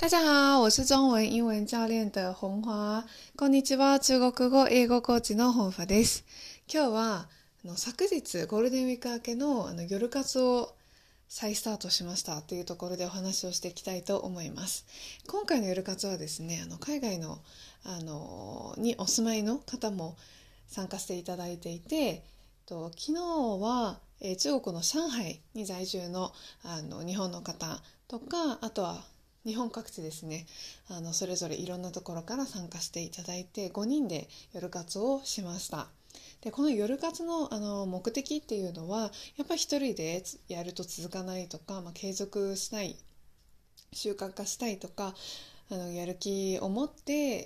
大家好，我是中文英文教練的本華。こんにちは、中国語英語コーチの本華です。今日は昨日ゴールデンウィーク明けの夜活を再スタートしましたというところでお話をしていきたいと思います。今回の夜活はですね、海外のにお住まいの方も参加していただいていて、昨日は中国の上海に在住の日本の方とか、あとは日本各地ですね、それぞれいろんなところから参加していただいて5人で夜活をしました。でこの夜活の、目的っていうのはやっぱり一人でやると続かないとか、継続したい、習慣化したいとか、やる気を持って、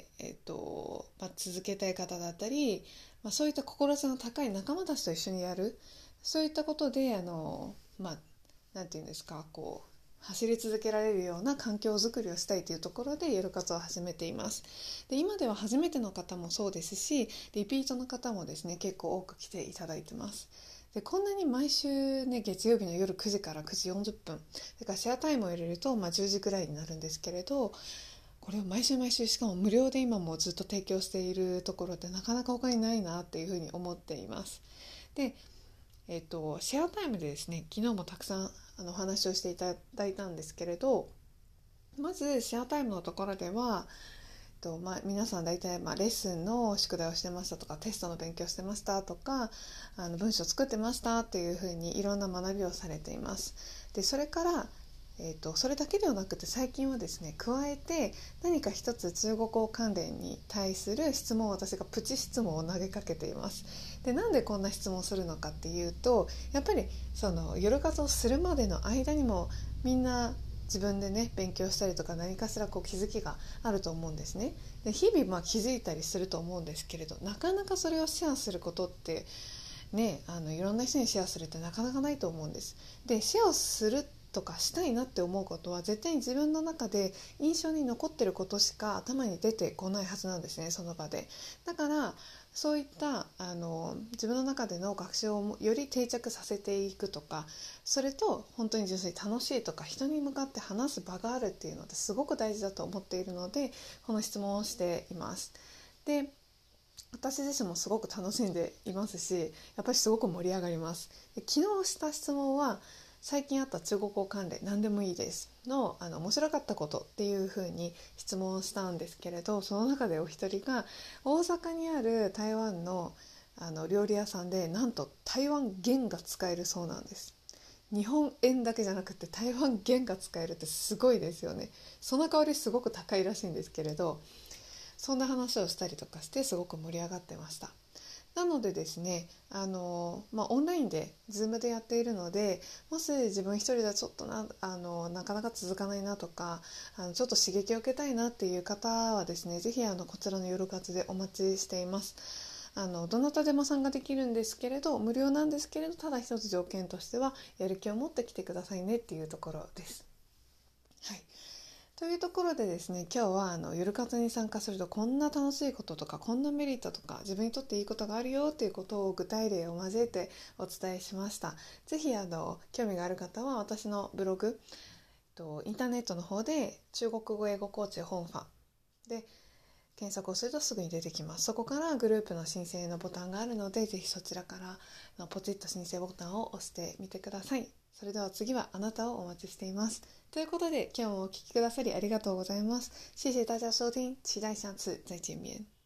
続けたい方だったり、そういった志の高い仲間たちと一緒にやる、そういったことでなんていうんですか、走り続けられるような環境づくりをしたいというところで夜活を始めています。で今では初めての方もそうですし、リピートの方もですね結構多く来ていただいてます。でこんなに毎週ね、月曜日の夜9時から9時40分、だからシェアタイムを入れると10時くらいになるんですけれど、これを毎週しかも無料で今もずっと提供しているところってなかなか他にないなっていうふうに思っています。でシェアタイムでですね、昨日もたくさんお話をしていただいたんですけれど、まずシェアタイムのところでは、皆さん大体、レッスンの宿題をしてましたとか、テストの勉強してましたとか、文章作ってましたっていうふうにいろんな学びをされています。でそれからそれだけではなくて、最近はですね、加えて何か一つ中国語関連に対する質問を、私がプチ質問を投げかけています。でなんでこんな質問をするのかっていうと、やっぱりその夜活をするまでの間にもみんな自分でね勉強したりとか、何かしら気づきがあると思うんですね。で日々気づいたりすると思うんですけれど、なかなかそれをシェアすることってね、いろんな人にシェアするってなかなかないと思うんです。でシェアをするとかしたいなって思うことは絶対に自分の中で印象に残ってることしか頭に出てこないはずなんですね、その場で。だからそういった自分の中での学習をより定着させていくとか、それと本当に純粋に楽しいとか、人に向かって話す場があるっていうのってすごく大事だと思っているので、この質問をしています。で私自身もすごく楽しんでいますし、やっぱりすごく盛り上がります。で昨日した質問は、最近あった中国語関連何でもいいですの、面白かったことっていうふうに質問をしたんですけれど、その中でお一人が大阪にある台湾の料理屋さんで、なんと台湾元が使えるそうなんです。日本円だけじゃなくて台湾元が使えるってすごいですよね。その代わりすごく高いらしいんですけれど、そんな話をしたりとかしてすごく盛り上がってました。なのでですね、オンラインで Zoom でやっているので、もし自分一人ではちょっとなかなか続かないなとか、ちょっと刺激を受けたいなっていう方はですね、ぜひこちらの夜活でお待ちしています。どなたでも参加できるんですけれど、無料なんですけれど、ただ一つ条件としてはやる気を持ってきてくださいねっていうところです。はい。というところでですね、今日は夜活に参加するとこんな楽しいこととか、こんなメリットとか、自分にとっていいことがあるよということを具体例を交えてお伝えしました。ぜひ興味がある方は私のブログ、インターネットの方で中国語英語コーチ本ファで検索をするとすぐに出てきます。そこからグループの申請のボタンがあるので、ぜひそちらからポチッと申請ボタンを押してみてください。それでは次はあなたをお待ちしています。ということで今日もお聞きくださりありがとうございます。谢谢大家收听，期待下次再见面。